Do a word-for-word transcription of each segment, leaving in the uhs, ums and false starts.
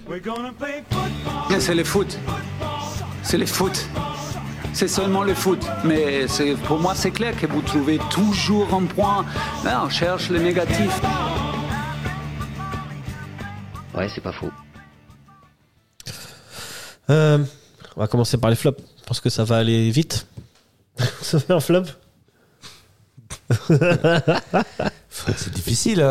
C'est le foot. C'est le foot. C'est seulement le foot. Mais c'est, pour moi, c'est clair que vous trouvez toujours un point. Là, on cherche le négatif. Ouais, c'est pas faux. Euh, on va commencer par les flops. Je pense que ça va aller vite. Ça fait un flop. C'est difficile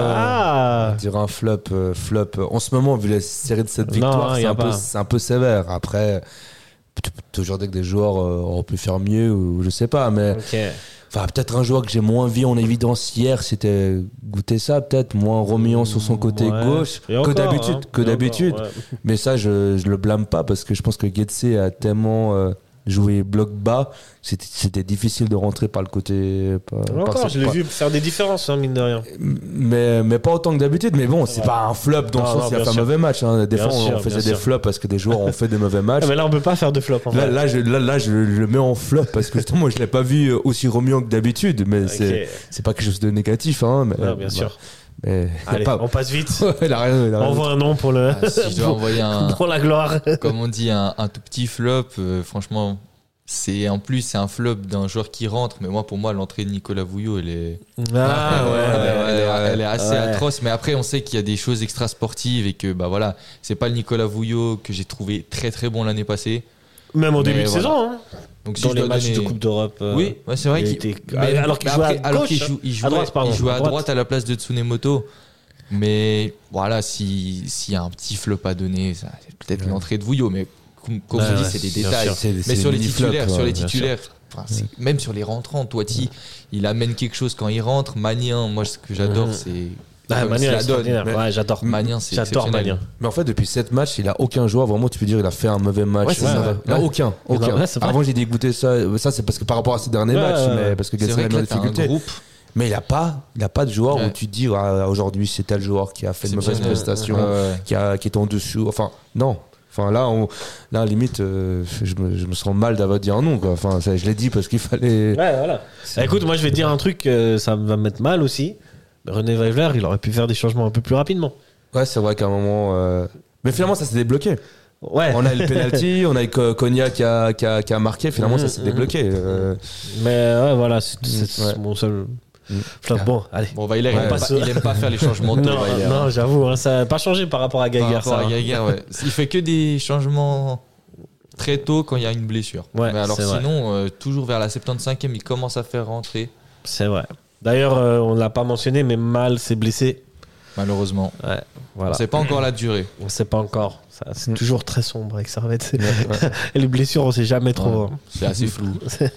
à Ah. dire un flop, euh, flop. En ce moment, vu la série de cette victoire, Non, c'est, y a un peu, pas. c'est un peu sévère. Après, tu peux toujours dire que des joueurs euh, auraient pu faire mieux, ou je sais pas, mais Ok. enfin, peut-être un joueur que j'ai moins vu en évidence hier, c'était goûter ça, peut-être moins remuant sur son côté Ouais. gauche Et que encore, d'habitude. hein. Que Et d'habitude. encore, ouais. Mais ça, je, je le blâme pas parce que je pense que Getse a tellement euh, joué bloc bas, c'était, c'était difficile de rentrer par le côté. Par, Et par encore, ce- je l'ai par- vu faire des différences, hein, mine de rien. Mais, mais pas autant que d'habitude. Mais bon, c'est Ouais. pas un flop dans Non, le non, sens qu'il a bien fait un sûr. mauvais match. Hein. Des Bien fois, on sûr, faisait bien des sûr. flops parce que des joueurs ont fait des mauvais matchs. Ah, mais là, on peut pas faire de flop. En Là, fait. là, je, là, là, je le mets en flop parce que justement, moi, je l'ai pas vu aussi remuant que d'habitude. Mais Ok. c'est, c'est pas quelque chose de négatif. Hein, mais, Ouais, bien sûr. Mais, Allez, pas... on passe vite. Ouais, il a rien, il a rien. Envoie un nom pour le. Ah, si je dois pour, envoyer un, pour la gloire. comme on dit, un, un tout petit flop, euh, franchement, c'est en plus c'est un flop d'un joueur qui rentre. Mais moi, pour moi, l'entrée de Nicolas Vouillot, elle est, Ah ouais. elle, est- elle est- ouais. elle est assez Ouais. atroce. Mais après, on sait qu'il y a des choses extra sportives et que bah voilà, c'est pas le Nicolas Vouillot que j'ai trouvé très très bon l'année passée. Même au Mais début de voilà. saison. Hein. Donc si Dans je les dois matchs donner- de Coupe d'Europe. euh, Oui, ouais, c'est vrai il qu'il était- mais- alors qu'il mais jouait à après- alors gauche, qu'il joue- il à jouait, droite, pardon, il jouait à à droite. droite à la place de Tsunemoto. Mais voilà, si- s'il y a un petit flop à donner, ça, c'est peut-être Ouais. l'entrée de Vouillot. Mais comme, comme Ouais, on dit, ouais, c'est des bien détails. sûr. C'est- Mais c'est sur les mini flop, titulaires, sur ouais, les bien titulaires, enfin, c'est- même sur les rentrants, Toiti, il amène quelque chose quand il rentre. Magnien, moi, ce que j'adore, Mhm. c'est Ah, comme Magnien, il la donne. extraordinaire. Mais- Ouais, j'adore. Magnien, c'est J'adore exceptionnel. Magnien. Mais en fait, depuis sept matchs, il a aucun joueur. Vraiment, tu peux dire il a fait un mauvais match. Ouais, c'est Il ça, a- ouais. il a Ouais. aucun. Ouais, aucun. ouais, c'est vrai. Avant, j'ai dégoûté ça. Ça, c'est parce que par rapport à ces derniers Ouais, matchs, ouais, ouais. mais parce que C'est Getsé vrai a que mis en là, t'as un difficulté. groupe. Mais il n'a pas, il a pas de joueur Ouais. où tu te dis ah, aujourd'hui c'est tel joueur qui a fait de mauvaises Exceptionnel. prestations, Ouais, ouais. qui, a, qui est en dessous. Enfin, non. Enfin, là, on, là limite, euh, je, me, je me sens mal d'avoir dit un nom. Quoi. Enfin, ça, je l'ai dit parce qu'il fallait. Ouais, voilà. C'est- Écoute, moi, je vais te dire un truc, euh, ça va me mettre mal aussi. René Weivler, il aurait pu faire des changements un peu plus rapidement. Ouais, c'est vrai qu'à un moment. euh, Mais finalement, ça s'est débloqué. Ouais. On a eu le penalty, on a eu Co- Konya qui a, qui, a, qui a marqué. Finalement, ça s'est Mhm, débloqué. euh, Mais ouais, voilà, c'est, c'est Ouais. mon seul Mm. flop. Bon, allez. Bon, Weiler, Ouais. il, aime pas, il aime pas faire les changements de Non, Weiler. non, j'avoue, hein, ça n'a pas changé par rapport à Par Gaguerre. rapport Ça, à hein. Gaguerre, ouais. Il fait que des changements très tôt quand il y a une blessure. Ouais, Mais alors c'est vrai. sinon, euh, toujours vers la soixante-quinzième, il commence à faire rentrer, C'est vrai. D'ailleurs, euh, on ne l'a pas mentionné, mais Mal s'est blessé. malheureusement. Ouais, voilà. On sait pas encore la durée. On ne sait pas encore. Ça, c'est Mm. toujours très sombre avec Servette. ouais, ouais. Et les blessures, on ne sait jamais trop. Ouais. C'est assez flou.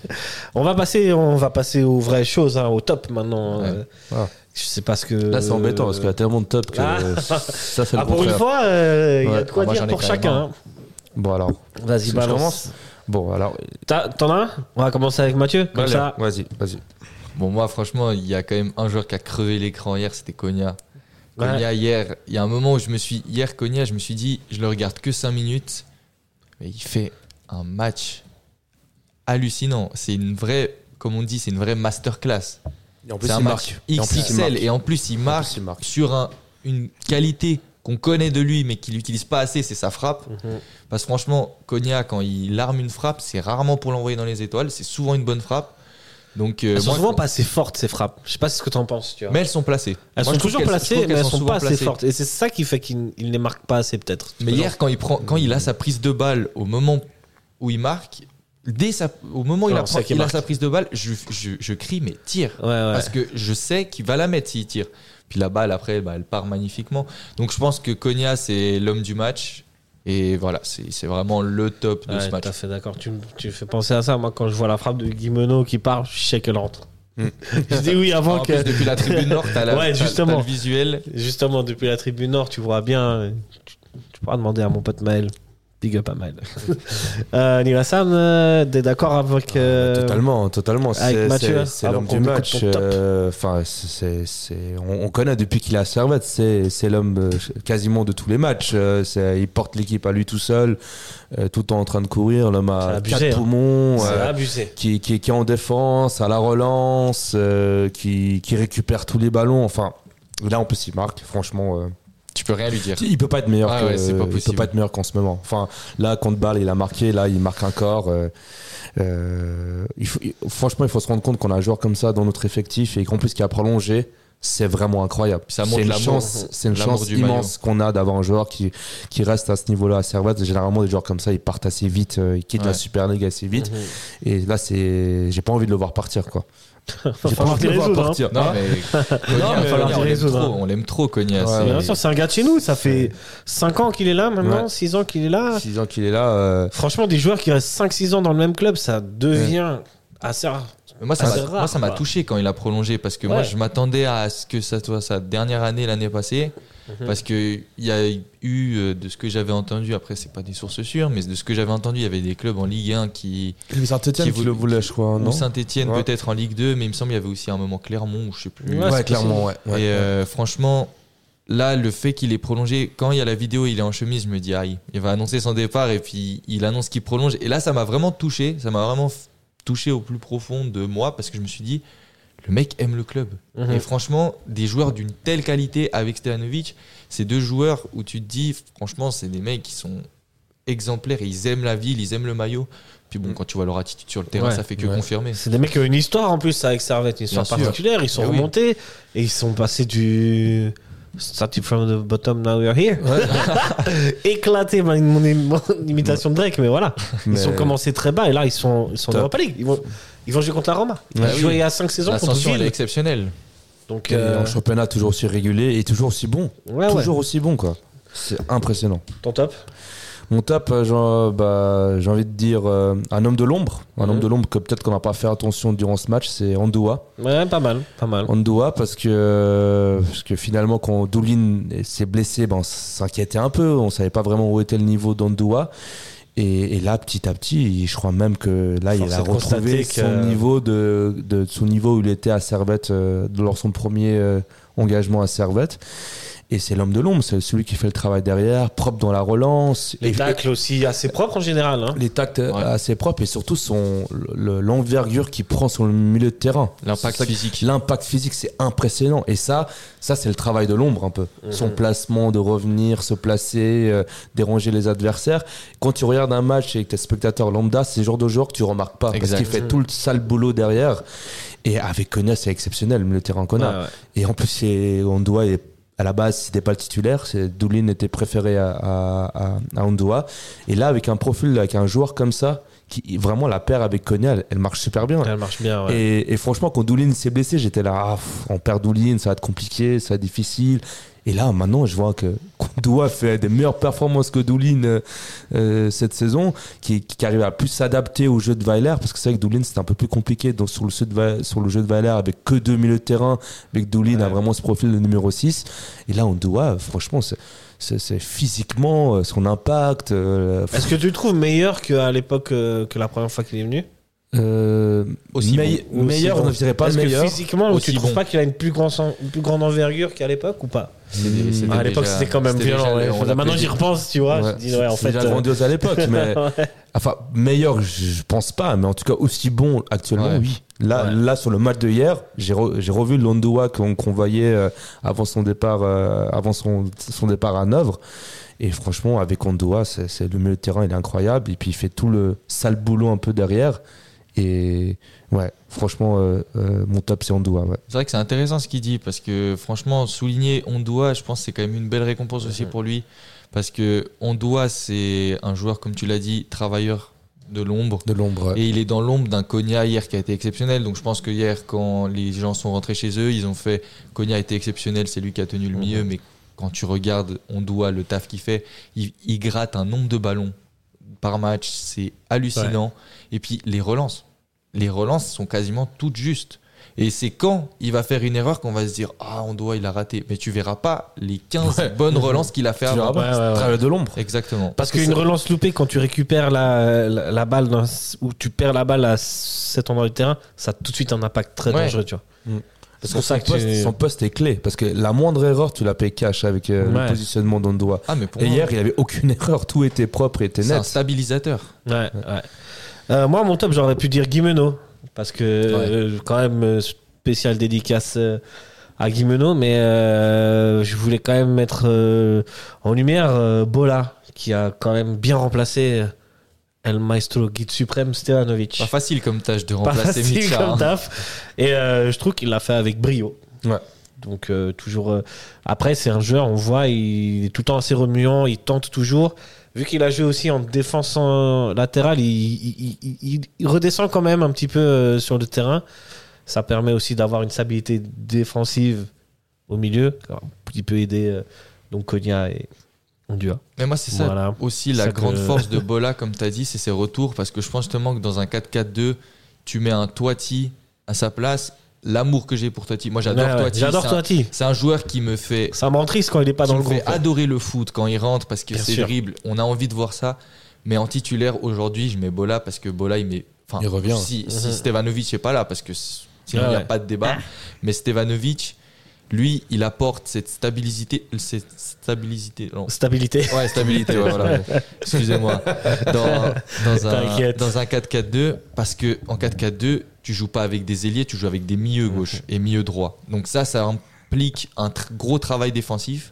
On va passer, on va passer aux vraies choses, hein, au top maintenant. Ouais. Euh, Ah. Je sais pas ce que. Là, c'est embêtant parce qu'il y a tellement de top que Ah. ça, c'est le Ah, pour une contraire. fois, euh, il y a Ouais. de quoi Ah, moi, dire j'en ai pour quand même chacun. un. hein. Bon, alors. Vas-y, Je balance. commence Bon, alors. T'as- T'en as un? On va commencer avec Mathieu. Comme Allez, ça. Vas-y, vas-y. Bon, moi, franchement, il y a quand même un joueur qui a crevé l'écran hier, c'était Konya. Ouais. Konya, hier, il y a un moment où je me suis. Hier, Konya, je me suis dit, je le regarde que cinq minutes, mais il fait un match hallucinant. C'est une vraie, comme on dit, c'est une vraie masterclass. Et en plus, C'est un il match marque. Et en plus, X il X L marque. et en plus, il En marque, plus, il marque. sur un- une qualité qu'on connaît de lui, mais qu'il n'utilise pas assez, c'est sa frappe. Mhm. Parce que franchement, Konya, quand il arme une frappe, c'est rarement pour l'envoyer dans les étoiles, c'est souvent une bonne frappe. Donc, euh, Elles sont moi, souvent je- pas assez fortes ces frappes. Je sais pas ce que t'en penses. Tu vois. mais elles sont placées. elles Moi, sont je trouve toujours qu'elles- je placées, trouve mais qu'elles elles sont sont souvent pas assez placées. fortes. Et c'est ça qui fait qu'il il les marque pas assez peut-être. Mais hier, quand il, prend, quand il a sa prise de balle au moment où il marque, dès sa, au moment où il, Non, a, c'est ça qui il a marque. sa prise de balle, je, je, je crie, mais tire. Ouais, ouais. Parce que je sais qu'il va la mettre s'il tire. Puis la balle, après, bah, elle part magnifiquement. Donc je pense que Konya, c'est l'homme du match. Et voilà, c'est c'est vraiment le top de Ouais, ce match. tout à fait d'accord. Tu, me- tu me fais penser à ça. Moi, quand je vois la frappe de Guimeno qui part, je sais qu'elle rentre. je dis oui avant En que. plus, depuis la tribune nord, t'as la- Ouais, t'as- justement. t'as le visuel. Justement, depuis la tribune nord, tu vois bien. Tu, tu pourras demander à mon pote Maël. Big up à Maël. euh, Neil Hassan, euh, t'es d'accord avec. euh, Totalement, totalement. avec C'est- Mathieu, c'est- C'est avant l'homme qu'on du écoute match. ton top. euh, Enfin, c'est, c'est, on, on connaît depuis qu'il est à Servette. C'est, c'est l'homme euh, quasiment de tous les matchs. Euh, c'est, il porte l'équipe à lui tout seul, euh, tout le temps en train de courir. L'homme C'est a abusé, quatre hein. poumons. C'est euh, abusé. qui, qui, qui est en défense, à la relance, euh, qui, qui récupère tous les ballons. Enfin, là, en plus, il marque. Franchement, euh, Tu peux rien lui dire. Il peut pas être meilleur Ah que, ouais, c'est pas il possible. peut pas être meilleur qu'en ce moment. Enfin, là, contre Bâle, il a marqué, là, il marque encore. Euh, euh, il faut, il- franchement, il faut se rendre compte qu'on a un joueur comme ça dans notre effectif et qu'en plus, qui a prolongé, c'est vraiment incroyable. Ça C'est montre une l'amour- chance, c'est une l'amour chance du immense qu'on a d'avoir un joueur qui, qui reste à ce niveau-là à Servette. Généralement, des joueurs comme ça, ils partent assez vite, euh, ils quittent Ouais. la Super League assez vite. Mhm. Et là, c'est, j'ai pas envie de le voir partir, quoi. Va J'ai pas falloir envie t'y de le voir résoudre, hein. partir. Non, Ah. mais Cognac, mais Cognac, falloir on y l'aime résoudre, trop, hein. on l'aime trop, Cognac. Ouais, c'est- Bien sûr, c'est un gars de chez nous. Ça fait cinq ans qu'il est là maintenant, Ouais. six ans qu'il est là. six ans qu'il est là. euh, Franchement, des joueurs qui restent cinq six ans dans le même club, ça devient assez rare. Mais Moi, ça Ah, m'a c'est rare, moi, ça m'a quoi. touché quand il a prolongé parce que moi, Ouais. je m'attendais à ce que ça soit sa dernière année l'année passée Mhm. parce qu'il y a eu, euh, de ce que j'avais entendu, après, c'est pas des sources sûres, mais de ce que j'avais entendu, il y avait des clubs en Ligue un qui. Saint-Etienne qui qui le vou- voulait, je crois, non Ou Saint-Etienne, Ouais. peut-être en Ligue deux, mais il me semble qu'il y avait aussi un moment Clermont ou je sais plus. Ouais, Ouais, c'est clairement, ouais. ouais. Et euh, franchement, là, le fait qu'il ait prolongé, quand il y a la vidéo, il est en chemise, je me dis, aïe, il va annoncer son départ et puis il annonce qu'il prolonge. Et là, ça m'a vraiment touché, ça m'a vraiment f- touché au plus profond de moi parce que je me suis dit, le mec aime le club. Mhm. Et franchement, des joueurs d'une telle qualité avec Stojanovic, c'est deux joueurs où tu te dis, franchement, c'est des mecs qui sont exemplaires, ils aiment la ville, ils aiment le maillot. Puis bon, quand tu vois leur attitude sur le terrain, Ouais. ça fait que Ouais. confirmer. C'est des mecs qui ont une histoire en plus avec Servette, une histoire Bien sûr. particulière. Ils sont Eh oui. remontés et ils sont passés du. Started from the bottom, now we're here. Éclaté mon, mon, mon imitation de Drake, mais voilà. Ils Mais- ont commencé très bas et là ils sont, ils sont en Top. Europa League. Ils vont, ils vont jouer contre la Roma. Ils Ah ont oui. joué il y a cinq saisons contre L'ascension, elle est Ville. exceptionnelle. Donc, Et euh, en championnat, toujours aussi régulier et toujours aussi bon. ouais, ouais. toujours aussi bon, quoi. C'est impressionnant. Ton top. Mon top, euh, genre, bah, j'ai envie de dire euh, un homme de l'ombre. Un Mhm. homme de l'ombre que peut-être qu'on n'a pas fait attention durant ce match, c'est Andoua. Ouais, pas mal, pas mal. Andoua, parce que, parce que finalement, quand Doulin s'est blessé, ben, on s'inquiétait un peu. On savait pas vraiment où était le niveau d'Andoua. Et, et là, petit à petit, je crois même que là, Force il a est de retrouvé constater son que- niveau de, de son niveau où il était à Servette euh, lors de son premier euh, engagement à Servette. Et c'est l'homme de l'ombre, c'est celui qui fait le travail derrière, propre dans la relance. Les Et- tacles aussi assez propres en général. Hein. les tacts Ouais. assez propres et surtout son le- l'envergure qu'il prend sur le milieu de terrain. L'impact C'est ça- physique. L'impact physique, c'est impressionnant. Et ça, ça c'est le travail de l'ombre un peu. Mhm. Son placement, de revenir, se placer, euh, déranger les adversaires. Quand tu regardes un match et que t'es spectateur lambda, c'est le genre de joueur que tu remarques pas. Exact. Parce qu'il fait Mhm. tout le sale boulot derrière. Et avec Konya, c'est exceptionnel, le milieu de terrain qu'on a. Ouais, ouais. Et en plus, c'est- on doit, à la base, c'était pas le titulaire. C'est Doulin était préféré à, à, à, à Ondoa. Et là, avec un profil, avec un joueur comme ça, qui vraiment la paire avec Konya, elle, elle marche super bien. Elle marche bien. Ouais. Et, et franchement, quand Doulin s'est blessé, j'étais là, ah, pff, on perd Doulin, ça va être compliqué, ça va être difficile. Et là, maintenant, je vois que Kondoa fait des meilleures performances que Doulin euh, euh, cette saison, qui, qui arrive à plus s'adapter au jeu de Weiler, parce que c'est vrai que Doulin, c'était un peu plus compliqué donc, sur, le jeu de, Weiler- sur le jeu de Weiler, avec que deux milieux de terrain, avec Doulin a Ouais. vraiment ce profil de numéro six. Et là, Kondoa, franchement, c'est, c'est, c'est physiquement, euh, son impact. euh, Est-ce que tu le trouves meilleur qu'à l'époque euh, que la première fois qu'il est venu euh, Aussi meille- bon. meilleur, Aussi bon. je dirais pas Est-ce meilleur. que physiquement, Aussi tu trouves bon. pas qu'il a une plus, grande, une plus grande envergure qu'à l'époque ou pas C'était- c'était À l'époque, déjà- c'était quand même c'était violent. déjà- ouais. on Maintenant, l'appelait- j'y repense, tu vois. Ouais, Je dis, ouais, en c'est fait. déjà euh, grandiose à l'époque, mais ouais. enfin meilleur, je, je pense pas, mais en tout cas aussi bon actuellement, Ouais. oui. Là, Ouais. là sur le match de hier, j'ai, re- j'ai revu l'Ondoa qu'on, qu'on voyait euh, avant son départ, euh, avant son, son départ à Nevers. Et franchement, avec Ondoa, c'est, c'est le milieu de terrain, il est incroyable. Et puis il fait tout le sale boulot un peu derrière. Et ouais, franchement, euh, euh, mon top c'est Ondoa. Ouais. C'est vrai que c'est intéressant ce qu'il dit parce que franchement, souligner Ondoa, je pense que c'est quand même une belle récompense aussi Mhm. pour lui parce que Ondoa, c'est un joueur, comme tu l'as dit, travailleur de l'ombre. De l'ombre. ouais. Et il est dans l'ombre d'un Konya hier qui a été exceptionnel. Donc je pense que hier, quand les gens sont rentrés chez eux, ils ont fait Konya a été exceptionnel, c'est lui qui a tenu le milieu. Mais quand tu regardes Ondoa, le taf qu'il fait, il, il gratte un nombre de ballons par match, c'est hallucinant. Et puis les relances. Les relances sont quasiment toutes justes. Et c'est quand il va faire une erreur qu'on va se dire ah Ondoa il a raté. Mais tu verras pas les quinze Ouais. bonnes relances qu'il a fait Tu avant. verras pas, Ouais, ouais, ouais. travail de l'ombre. Exactement. Parce que qu'une ça- relance loupée, quand tu récupères la, la, la balle dans, où tu perds la balle à cet endroit du terrain, ça a tout de suite un impact très Ouais. dangereux, tu vois. Mm. C'est Parce pour que ça son que poste, tu... son poste est clé. Parce que la moindre erreur, tu la payes cash avec euh, Ouais. le positionnement d'Ondoa. Ah mais pour Et moi, hier, il avait aucune erreur, tout était propre et était c'est un net. stabilisateur. Ouais, ouais. Euh, moi, mon top, j'aurais pu dire Guimeno. Parce que, euh, quand même, euh, spécial dédicace euh, à Guimeno, mais euh, je voulais quand même mettre euh, en lumière euh, Bola, qui a quand même bien remplacé El Maestro Guide Suprême Stevanovic. Pas facile comme tâche de Pas remplacer facile Mitcha. comme hein. taf. Et euh, je trouve qu'il l'a fait avec brio. Ouais. Donc euh, toujours. euh, Après, c'est un joueur, on voit, il est tout le temps assez remuant, il tente toujours. Vu qu'il a joué aussi en défense en latérale, il, il, il, il- il redescend quand même un petit peu euh, sur le terrain. Ça permet aussi d'avoir une stabilité défensive au milieu, qui peut aider euh, donc Konya et Ondua. Mais moi, c'est ça Voilà. aussi la Ça grande que- force de Bola, comme tu as dit, c'est ses retours. Parce que je pense justement que dans un quatre quatre deux, tu mets un Toiti à sa place. L'amour que j'ai pour Toiti. Moi, j'adore Ouais, ouais, Toiti. J'adore C'est un- Toiti. C'est un joueur qui me fait Ça m'entriste quand il est pas qui dans me le fait groupe. adorer le foot quand il rentre parce que Bien c'est sûr. dribble. On a envie de voir ça. Mais en titulaire aujourd'hui, je mets Bola parce que Bola, il met. Enfin, Il revient. Si, Mhm. si Stevanovic n'est pas là, parce que sinon il Ouais, n'y a ouais. pas de débat. Mais Stevanovic, lui, il apporte cette stabilité. Cette stabilité. non. Stabilité. Ouais, stabilité, ouais, voilà. Excusez-moi. Dans, dans un, T'inquiète. dans un quatre quatre deux, parce que en quatre quatre deux, tu joues pas avec des ailiers, tu joues avec des milieux gauche et milieux droit. Donc ça, ça implique un tr- gros travail défensif.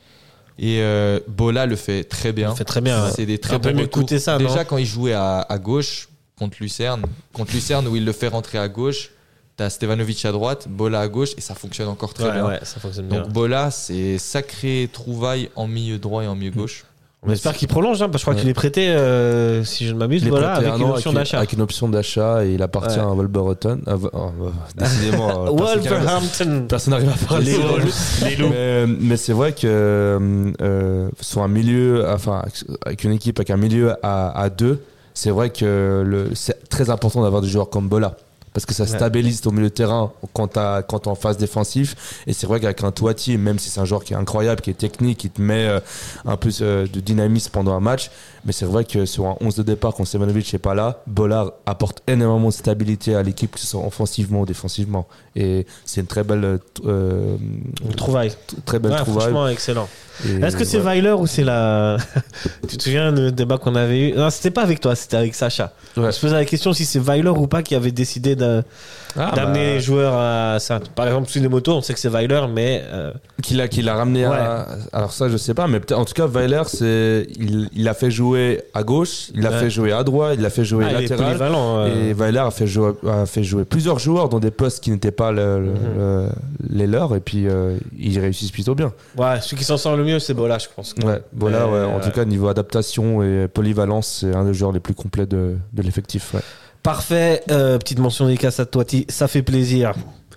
Et euh, Bola le fait très bien. Il fait très bien. ouais. C'est des très Un peu bons mieux retours. coûter ça, Déjà non quand il jouait à, à gauche contre Lucerne, contre Lucerne où il le fait rentrer à gauche, t'as Stevanovic à droite, Bola à gauche et ça fonctionne encore très Ouais, bien. ouais, ça fonctionne bien. Donc Bola, c'est sacré trouvaille en milieu droit et en milieu gauche. On espère qu'il prolonge, hein, parce que je crois Ouais. qu'il est prêté, euh, si je ne m'abuse, Il est voilà, prêté avec un une an option avec, d'achat. avec une option d'achat et il appartient Ouais. à Wolverhampton. Ah, oh, oh, décidément, euh, personne qui arrive- Wolverhampton. personne n'arrive à parler. Les loups. Les loups. Mais, mais c'est vrai que euh, euh, sur un milieu, enfin avec une équipe avec un milieu à, à deux, c'est vrai que le, c'est très important d'avoir des joueurs comme Bola. Parce que ça Ouais. stabilise ton milieu de terrain quand t'as, quand t'es en phase défensif. Et c'est vrai qu'avec un Toiti, même si c'est un joueur qui est incroyable, qui est technique, qui te met euh, un peu euh, de dynamisme pendant un match, mais c'est vrai que sur un onze de départ, quand Stevanovic n'est pas là, Bola apporte énormément de stabilité à l'équipe, que ce soit offensivement ou défensivement. Et c'est une très belle, euh, Une trouvaille. très belle Ouais, trouvaille. franchement, excellent. Et Est-ce que c'est ouais. Weiler ou c'est la. Tu te souviens du débat qu'on avait eu? Non, c'était pas avec toi, c'était avec Sacha. Ouais. On se posait la question si c'est Weiler ou pas qui avait décidé de- Ah, d'amener bah, les joueurs à ça. Par exemple, Tsunemoto, on sait que c'est Weiler, mais. euh, Qu'il a, qu'il a ramené à. Alors, ça, je sais pas, mais peut-être- en tout cas, Weiler, c'est, il, il a fait jouer à gauche, il a Ouais. fait jouer à droite, il a fait jouer ah, il est latéral. polyvalent. euh. Et Weiler a fait, jouer, a fait jouer plusieurs joueurs dans des postes qui n'étaient pas le- le- Mhm. le- les leurs, et puis euh, ils réussissent plutôt bien. Ouais, celui qui s'en sort le mieux, c'est Bola, je pense. Ouais, voilà, Mais, ouais, en euh, tout cas, niveau adaptation et polyvalence, c'est un des joueurs les plus complets de, de l'effectif. Ouais. Parfait. Euh, petite mention dédicace à Toiti, ça fait plaisir.